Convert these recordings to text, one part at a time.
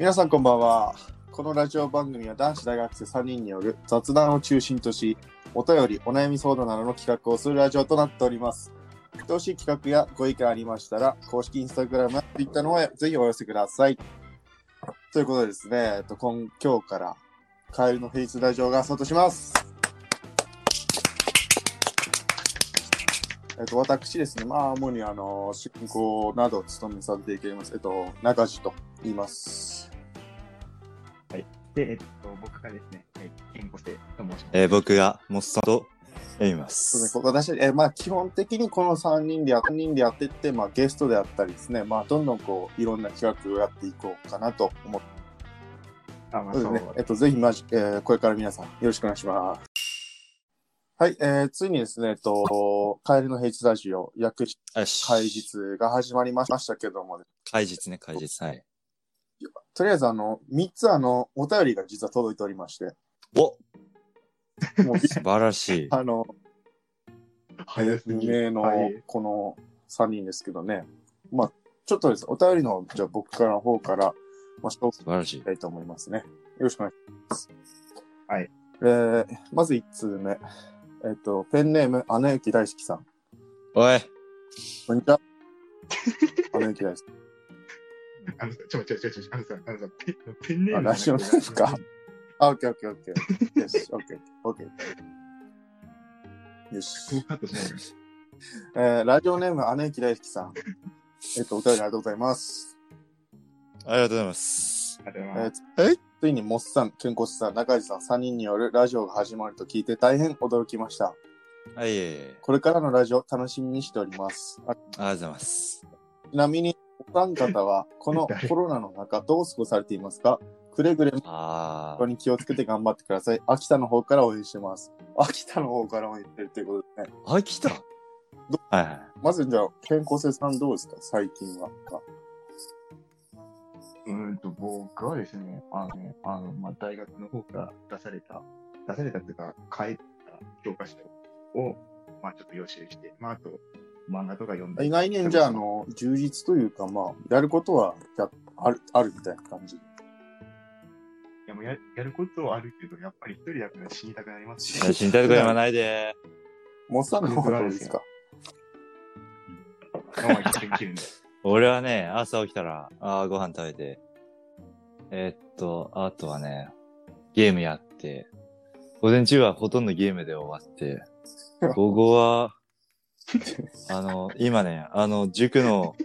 皆さんこんばんは。このラジオ番組は男子大学生3人による雑談を中心とし、お便り、お悩み相談などの企画をするラジオとなっております。見通しい企画やご意見ありましたら、公式インスタグラムやツイッターの方へぜひお寄せください。ということでですね、今日からカエルのフェイスラジオがスタートします。私ですね、主に進行などを務めさせていただきます。中地と言います。 はい。で、僕がですね、健康生と申します。 僕がモッサンと言います。 私、基本的にこの3人でやっていって、ゲストであったりですね、どんどんいろんな企画をやっていこうかなと思って。そうですね。ぜひこれから皆さんよろしくお願いします。はい、ついにですね、カエルの平日ラジオ、開日が始まりましたけども、ね、 開日、はい。 とりあえず3つお便りが実は届いておりまして。 もう素晴らしい。 運営のこの3人ですけどね。ちょっとです。お便りの、じゃあ僕からの方から、 素晴らしい。 したいと思いますね。よろしくお願いします。 はい。 まず1通目。ペンネーム、アナユキ大好きさん。 おい。 こんにちは。アナユキ大好き。 ペンネーム。 ラジオネームか。オッケー。よし、オッケー。よし。ラジオネーム、アナユキ大好きさん。お便りありがとうございます。 ありがとうございます。 ついにモッサン、ケンコシさん、中地さん3人によるラジオが始まると聞いて大変驚きました。 はい。 これからのラジオ楽しみにしております。 ありがとうございます。 ちなみに、お三方はこのコロナの中どう過ごされていますか？くれぐれもに気をつけて頑張ってください。秋田の方から応援してます。秋田の方から応援してるということですね。 秋田はい。 まずじゃあ、ケンコセさんどうですか？最近は。 僕はですね、大学の方から出されたっていうか、帰った教科書を、ちょっと予習して、あと、漫画とか読んで。 意外に、じゃあ、充実というか、やることはあるみたいな感じ。 いや、もうやることはあるけど、やっぱり一人だから死にたくなりますね。死にたく言わないで。 モッサンの方はどうですか？ 俺はね、朝起きたら、ご飯食べて、あとはね、ゲームやって、午前中はほとんどゲームで終わって、午後は、今ね、塾の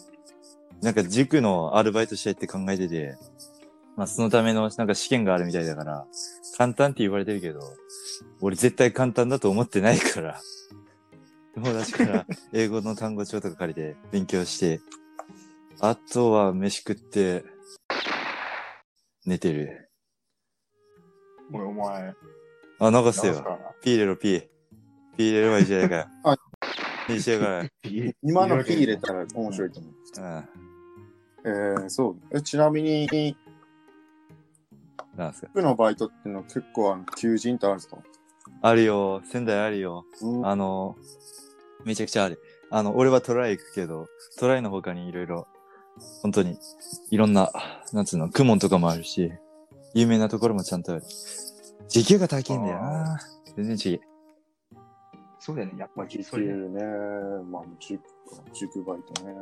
アルバイトしたいって考えてて、そのための試験があるみたいだから、簡単って言われてるけど、俺絶対簡単だと思ってないから、友達から英語の単語帳とか借りて勉強して、あとは飯食って、寝てる。 お前。 流すよ。ピー入れろ、ピー入れればいいじゃないかよ。いいしやから。 今のピー入れたら面白いと思う。そう。ちなみに、 なんすか？ 塾のバイトっていうのは結構求人ってあるんですか？ あるよ。仙台あるよ。めちゃくちゃある。俺はトライ行くけど、トライの他にいろいろ、本当に、いろんな、クモンとかもあるし、有名なところもちゃんとある。時給が高いんだよな。全然違う。 そうだよね、やっぱり。 時給ね、塾バイトね。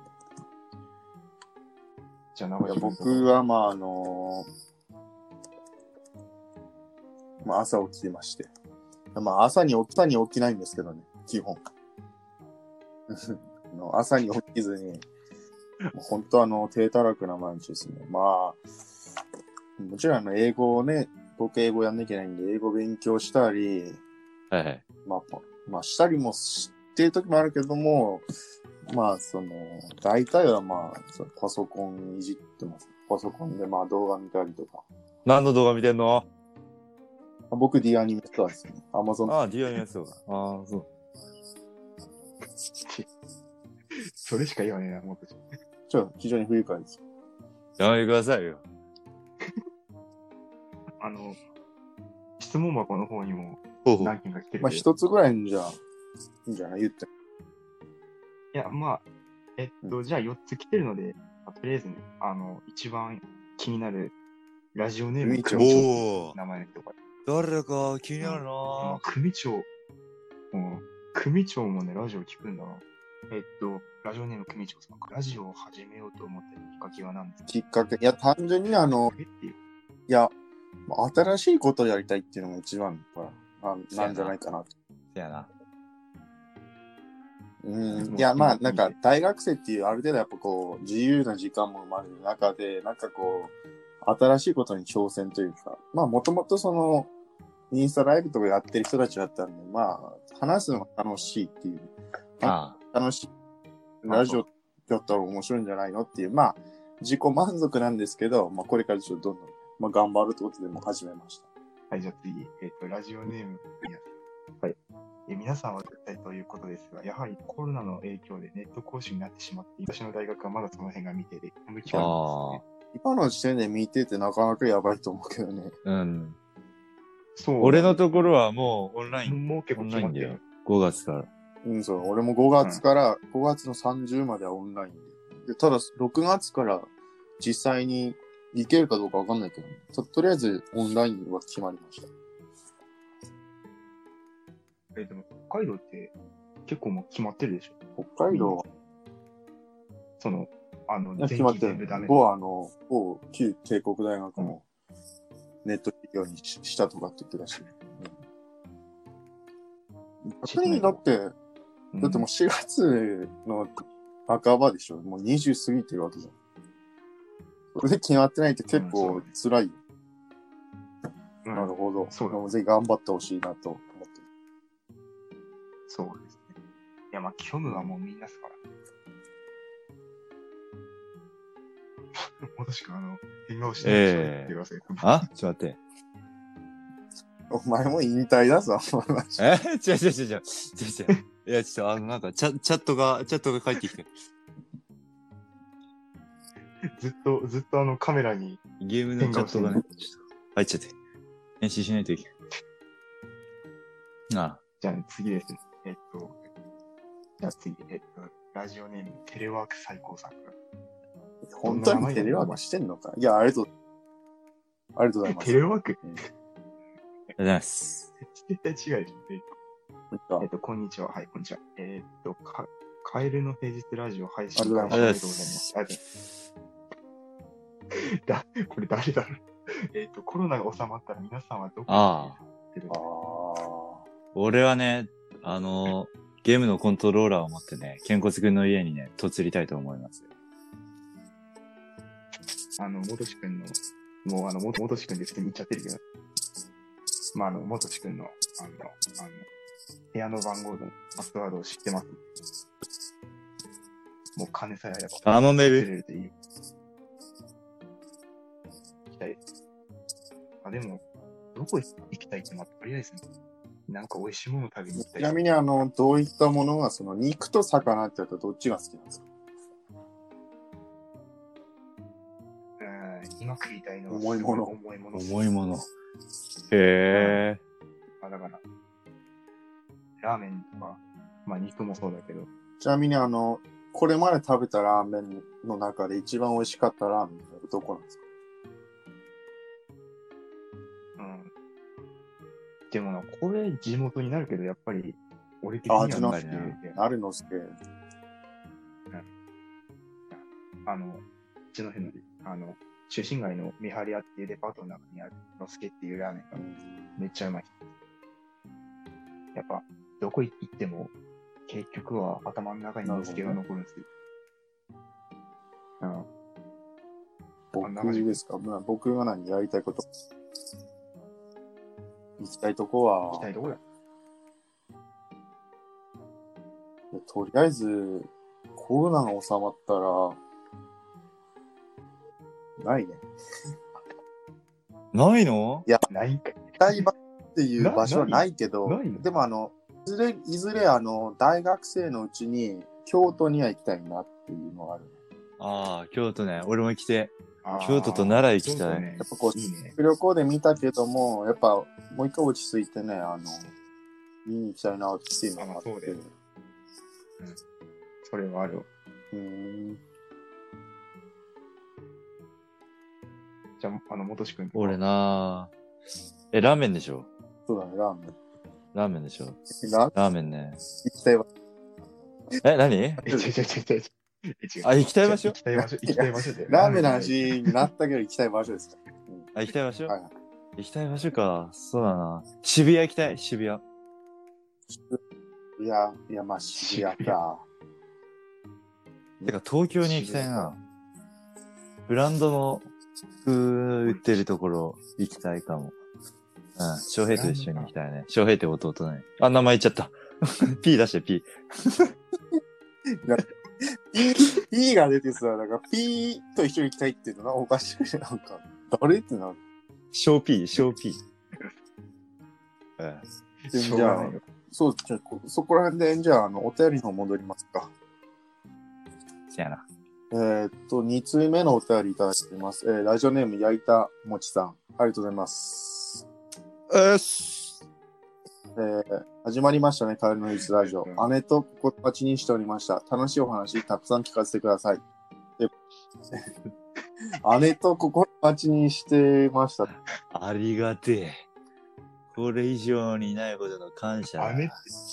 じゃあ僕は朝起きてまして。朝に起きないんですけどね、基本。朝に起きずに、本当低たらくな毎日ですね。もちろん英語をね、僕英語やんなきゃいけないんで、英語勉強したり、 はい。 したりもしてる時もあるけども、大体はパソコンいじってます。パソコンで動画見たりとか。 何の動画見てんの？ 僕 D アニメストアですね。Amazon。 D アニメストア。そう。 それしか言わねえな、もう。 非常に不愉快です。 やめてくださいよ。 質問箱の方にも何件か来てる。 一つぐらいじゃいいんじゃない？言って。 いや、じゃあ4つ来てるので、とりあえずね、一番気になるラジオネーム組長組長おー名前の人が。 誰か気になるなまあ、組長。組長もね、ラジオ聞くんだな。ラジオネーム組長さん。ラジオを始めようと思ってるきっかけは何ですか？ きっかけ。いや、単純にっていう。 いや、新しいことをやりたいっていうのが一番なんじゃないかなと。 せやな。 いや、まあ、なんか、大学生っていうある程度やっぱこう、自由な時間も生まれる中で、なんかこう、新しいことに挑戦というか、まあ、もともとその、インスタライブとかやってる人たちだったんで、まあ、話すのが楽しいっていう、 あ楽しい、ラジオやったら面白いんじゃないのっていう、まあ、自己満足なんですけど、まあ、これからちょっとどんどん、まあ、頑張るってことでも始めました。 はい、じゃあ次、ラジオネーム、はい。皆さんは絶対ということですが、やはりコロナの影響でネット講師になってしまって、私の大学はまだその辺が未定で、向き合うんですね。 今の時点で見ててなかなかやばいと思うけどね。 うん。 そう。 俺のところはもうオンライン。 もう結構決まってる。 5月から。 うん、そう。俺も5月から、5月の30まではオンラインで。ただ、6月から実際に行けるかどうかわかんないけど、ね、とりあえずオンラインは決まりました。 でも北海道って結構もう決まってるでしょ？ 北海道は、 その、 決まってる。旧帝国大学もネット授業にしたとかって言ってたし。逆にだってもう4月の半ばでしょ。もう20過ぎてるわけじゃん。それで決まってないって結構辛いよ。なるほど。 そうだ。 ぜひ頑張ってほしいなと思ってる。 そうですね。いや、まあ、虚無はもうみんなですから。もしくは、変顔してないで言ってください。 あ、ちょっと待って。 お前も引退だぞ、 違う。いや、ちょっと、なんか、チャットが返ってきて。 ずっとカメラに。 ゲームのチャットがね、入っちゃって。編集しないといけない。ああ。 じゃあ、次ですね。じゃあ次、ラジオネーム、テレワーク最高作。 本当にテレワークしてんのか？いや、ありがとうございます。 テレワーク、 ありがとうございます。 絶対違うでしょ。こんにちは。はい、こんにちは。カエルの平日ラジオ配信ありがとうございます。これ誰だろう。コロナが収まったら皆さんはどこに行ってる？ 俺はね、ゲームのコントローラーを持ってね、ケンコツくんの家にね、嫁りたいと思います。 もとしくんの、もうもとしくんで普通に言っちゃってるけど、まあ、もとしくんの、部屋の番号のパスワードを知ってます。もう金さえあれば。 頼める？ 行きたいです。でも、どこ行きたいってとりあえず、なんか美味しいもの食べに行きたい。 ちなみにどういったものが、その肉と魚ってやったらどっちが好きなんですか？ 今食いたいのは重いもの。 重いもの。へだから、ラーメンとか、まあ肉もそうだけど。 ちなみにこれまで食べたラーメンの中で一番美味しかったラーメンってどこなんですか？ でもな、これ地元になるけど、やっぱり、俺的にはなるのすけ。 うちの辺の、中心街の三春屋っていうデパートの中にあるのすけっていうラーメンがめっちゃうまい。やっぱ、どこ行っても、結局は頭の中にのすけが残るんですよ。 僕ですか？まあ、僕がやりたいこと。行きたいとこは、とりあえず、コロナが収まったら、ないね。 ないの？ いや、 ないか。 台場っていう場所はないけど、でもいずれ大学生のうちに、京都には行きたいなっていうのがある。 ああ、京都ね。俺も来て。京都と奈良行きたい。 やっぱこう、旅行で見たけども、やっぱもう一回落ち着いてね、見に行きたいなっていうのがあって。 それはある。 じゃあ、元志くん。 俺なぁ。ラーメンでしょ？ そうだね、ラーメン。 ラーメンでしょ？ ララーメンね。 行きたいわ。 何？ 違う。 あ、行きたい場所？ 行きたい場所で。 ラーメンの話になったけど行きたい場所ですか？ あ、行きたい場所？ はい。 行きたい場所か。そうだな。渋谷行きたい、渋谷。 いや、まあ、渋谷か。 てか、東京に行きたいな。ブランドの服売ってるところ行きたいかも。うん。翔平と一緒に行きたいね。翔平って弟ね。あ、名前言っちゃった。P 出して P。 P が出てさ、なんか P と一緒に行きたいっていうのはおかしくて、なんか、誰ってなる。 小 P、小 P。 じゃあ、そう、そこら辺で、じゃあ、お便りの方戻りますか。 せやな。 2通目のお便りいただいています。ラジオネーム、焼いたもちさん。ありがとうございます。始まりましたね、帰りの日ラジオ。姉と心待ちにしておりました。楽しいお話、たくさん聞かせてください。姉と心待ちにしてました。 ありがてえ。これ以上にないことの感謝だ。 姉って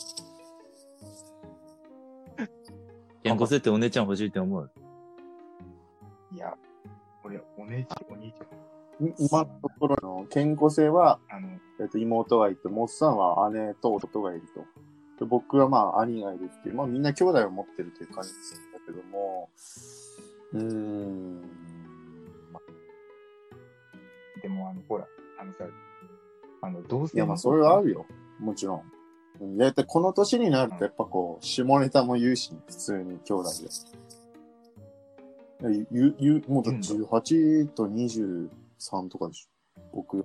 健康設定お姉ちゃん欲しいって思う？ いや、俺、お兄ちゃん。 今のところの健康性は、妹がいて、モッさんは姉と弟がいると。で僕はまあ兄がいるっていう、まあみんな兄弟を持ってるという感じだけども、 でもほら、さ、同性いやまあそれはあるよ。もちろん。いや、この年になるとやっぱこう、下ネタも言うし、普通に兄弟で。もう18と23とかでしょ。僕。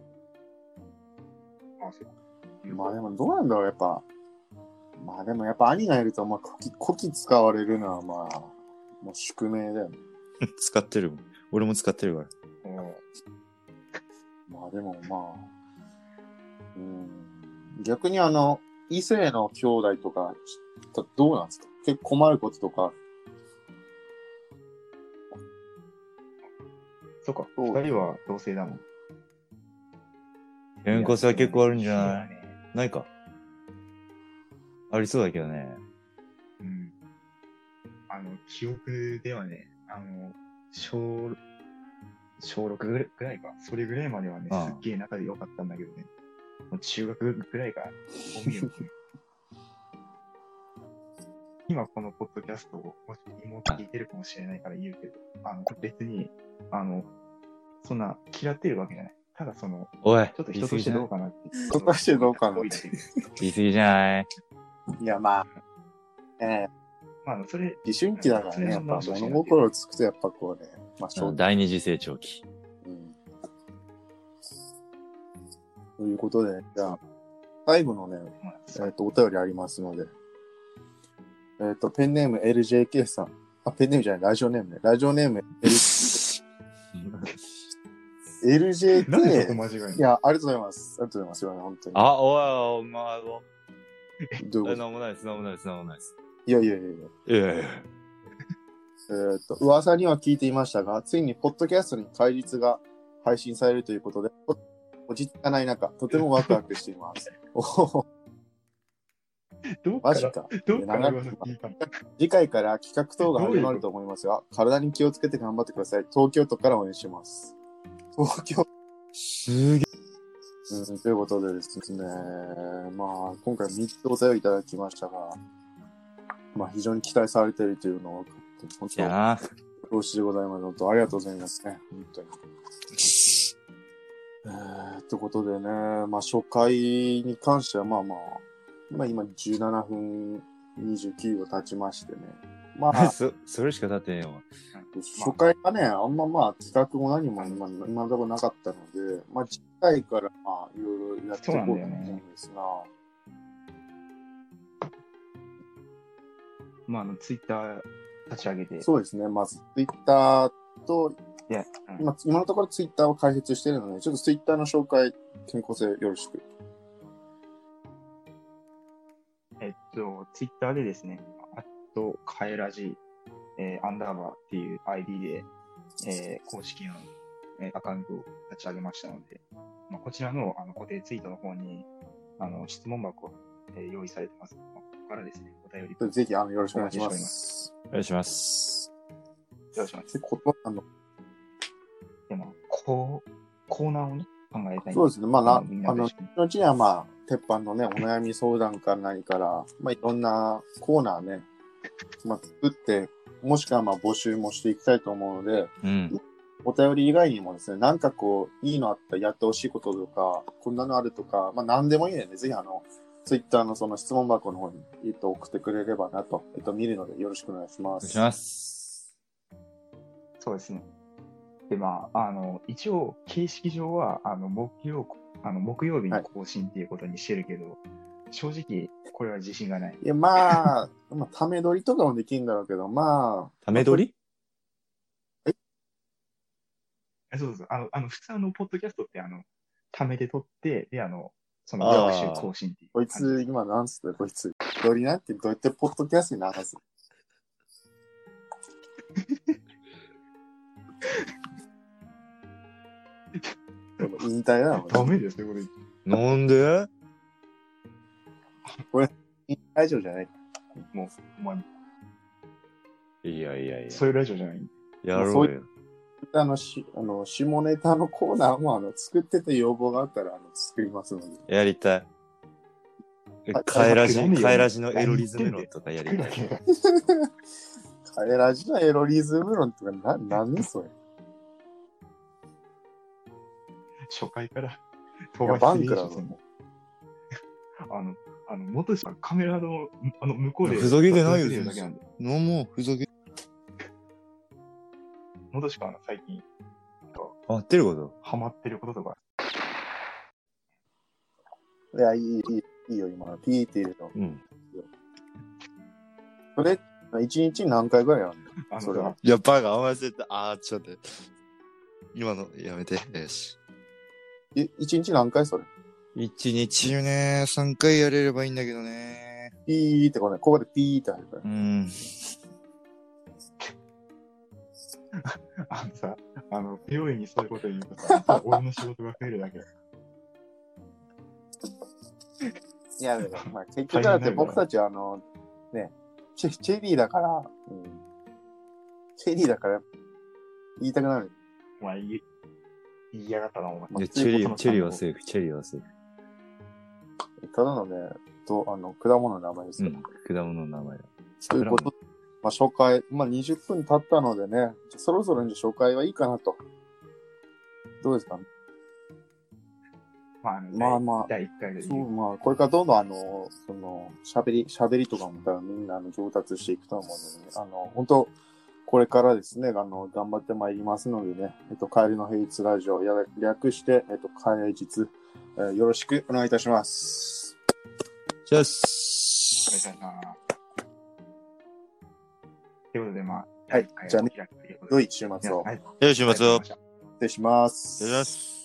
まあでもどうなんだろう、やっぱ。まあでもやっぱ兄がいると、まあこき使われるのはまあ、もう宿命だよね。 使ってる。俺も使ってるから。 まあでもまあ、逆に異性の兄弟とか、どうなんですか？結構困ることとか。 そうか、二人は同性だもん。 健康性は結構あるんじゃない？ないか。ありそうだけどね。 うん。記憶ではね、小6ぐらいか。それぐらいまではね、すっげえ仲で良かったんだけどね。もう中学ぐらいから、今このポッドキャストを、もし妹聞いてるかもしれないから言うけど、別に、そんな嫌ってるわけじゃない。ただおい、 ちょっと人としてどうかなって。 人としてどうかなって。 言い過ぎじゃない？ いや、まあ、 まあ、それ、 思春期だからね、やっぱ物心つくとやっぱこうね、まあ、 第二次成長期。 ということで、じゃあ、最後のね、お便りありますので、ペンネーム LJK さん。あ、ペンネームじゃない、ラジオネームね。ラジオネーム LJK。 なんでそこ間違えるの？ いや、ありがとうございます。ありがとうございます。本当に。 あ、お前どういうこと？ なんもないです。 いや。噂には聞いていましたが、ついにポッドキャストに戒律が配信されるということで、落ち着かない中、とてもワクワクしています。マジか。次回から企画等が始まると思いますが、体に気をつけて頑張ってください。東京都から応援します。東京。 すげえ。ということでですね、まあ、今回3つお便りいただきましたが、まあ、非常に期待されているというのを、本当に、よろしいでございます。本当ありがとうございますね。本当に。ということでね、まあ、初回に関しては、まあ、今17分29を経ちましてね。まあ、 それしか経ってねえよ。 初回がね、あんままあ企画も何も今のところなかったので、まあ次回からまあいろいろやっていこうと思うんですが。 まあツイッター立ち上げて。 そうですね、まずツイッターと、今のところツイッターを開設しているので、ちょっとツイッターの紹介、健康性よろしく。 ツイッターでですね、カエラジ、アンダーバーっていう ID で、公式のアカウントを立ち上げましたので、まあ、こちらの固定ツイートの方に、質問箱を、用意されてます。ここからですね、お便り。 ぜひ、よろしくお願いします。 お願いします。 よろしくお願いします。でも、コーナーをね、考えたい。 そうですね。まあ、後にはまあ、鉄板のね、お悩み相談から何から、まあ、いろんなコーナーね、まあ、作って、もしくはまあ募集もしていきたいと思うので、 うん、 お便り以外にもですね、なんかこう、いいのあったらやってほしいこととか、こんなのあるとか、まあ何でもいいので、ぜひツイッターのその質問箱の方に、送ってくれればなと、見るのでよろしくお願いします。 お願いします。 そうですね。で、まあ、一応、形式上は、木曜日に更新っていうことにしてるけど、はい、正直、これは自信がない。 いや、まあ、ため撮りとかもできるんだろうけど、まあ。 ため撮り？ そうそう。普通ポッドキャストって、ためで撮って、で、その翌週更新っていう。 こいつ、今なんつってこいつ。撮りなってどうやってポッドキャストに流す引退なの？ ダメですよ、これ。 なんで？ これ、引退ラジオじゃない。 もう、いや。 そういうラジオじゃない。 やろうよ。 下ネタのコーナーも作ってて要望があったら作りますので。 やりたい。カエラジのエロリズム論とかやりたい。 カエラジのエロリズム論とか何それ？ 初回からバンクラの元しカメラの向こうでふざけてないよ全然。もうふざけ。 元しか最近ハマってること？ ハマってることとか。 いや、いいよ今ピーって入れた。 うん。 それ一日何回ぐらいやるの？それは。 いやバカ合わせた。ちょっと待って。今のやめて。よし。 一日何回それ ？1日ね、3回やれればいいんだけどね。 ピーってここでピーって入るから。 さ、美容院にそういうこと言うとさ、俺の仕事が増えるだけ。 いや、まあ、結局だって僕たちはね、チェリーだから、チェリーだから言いたくなる。 お前言いやがったな、お前。 チェリーはセーフ。 ただのね、果物の名前ですよ。 果物の名前だ。 ということで、初回、20分経ったのでね、そろそろ初回はいいかなと。どうですか？ 第1回で。 そう、これからどんどん喋りとかも多分みんな上達していくと思うのでね、本当これからですね、頑張ってまいりますのでね、帰りの平日ラジオ、略して、帰り実、よろしくお願いいたします。 じゃあ、お願いします。 ということで、 はい、じゃあね、良い週末を。 良い週末を。 失礼します。 失礼します。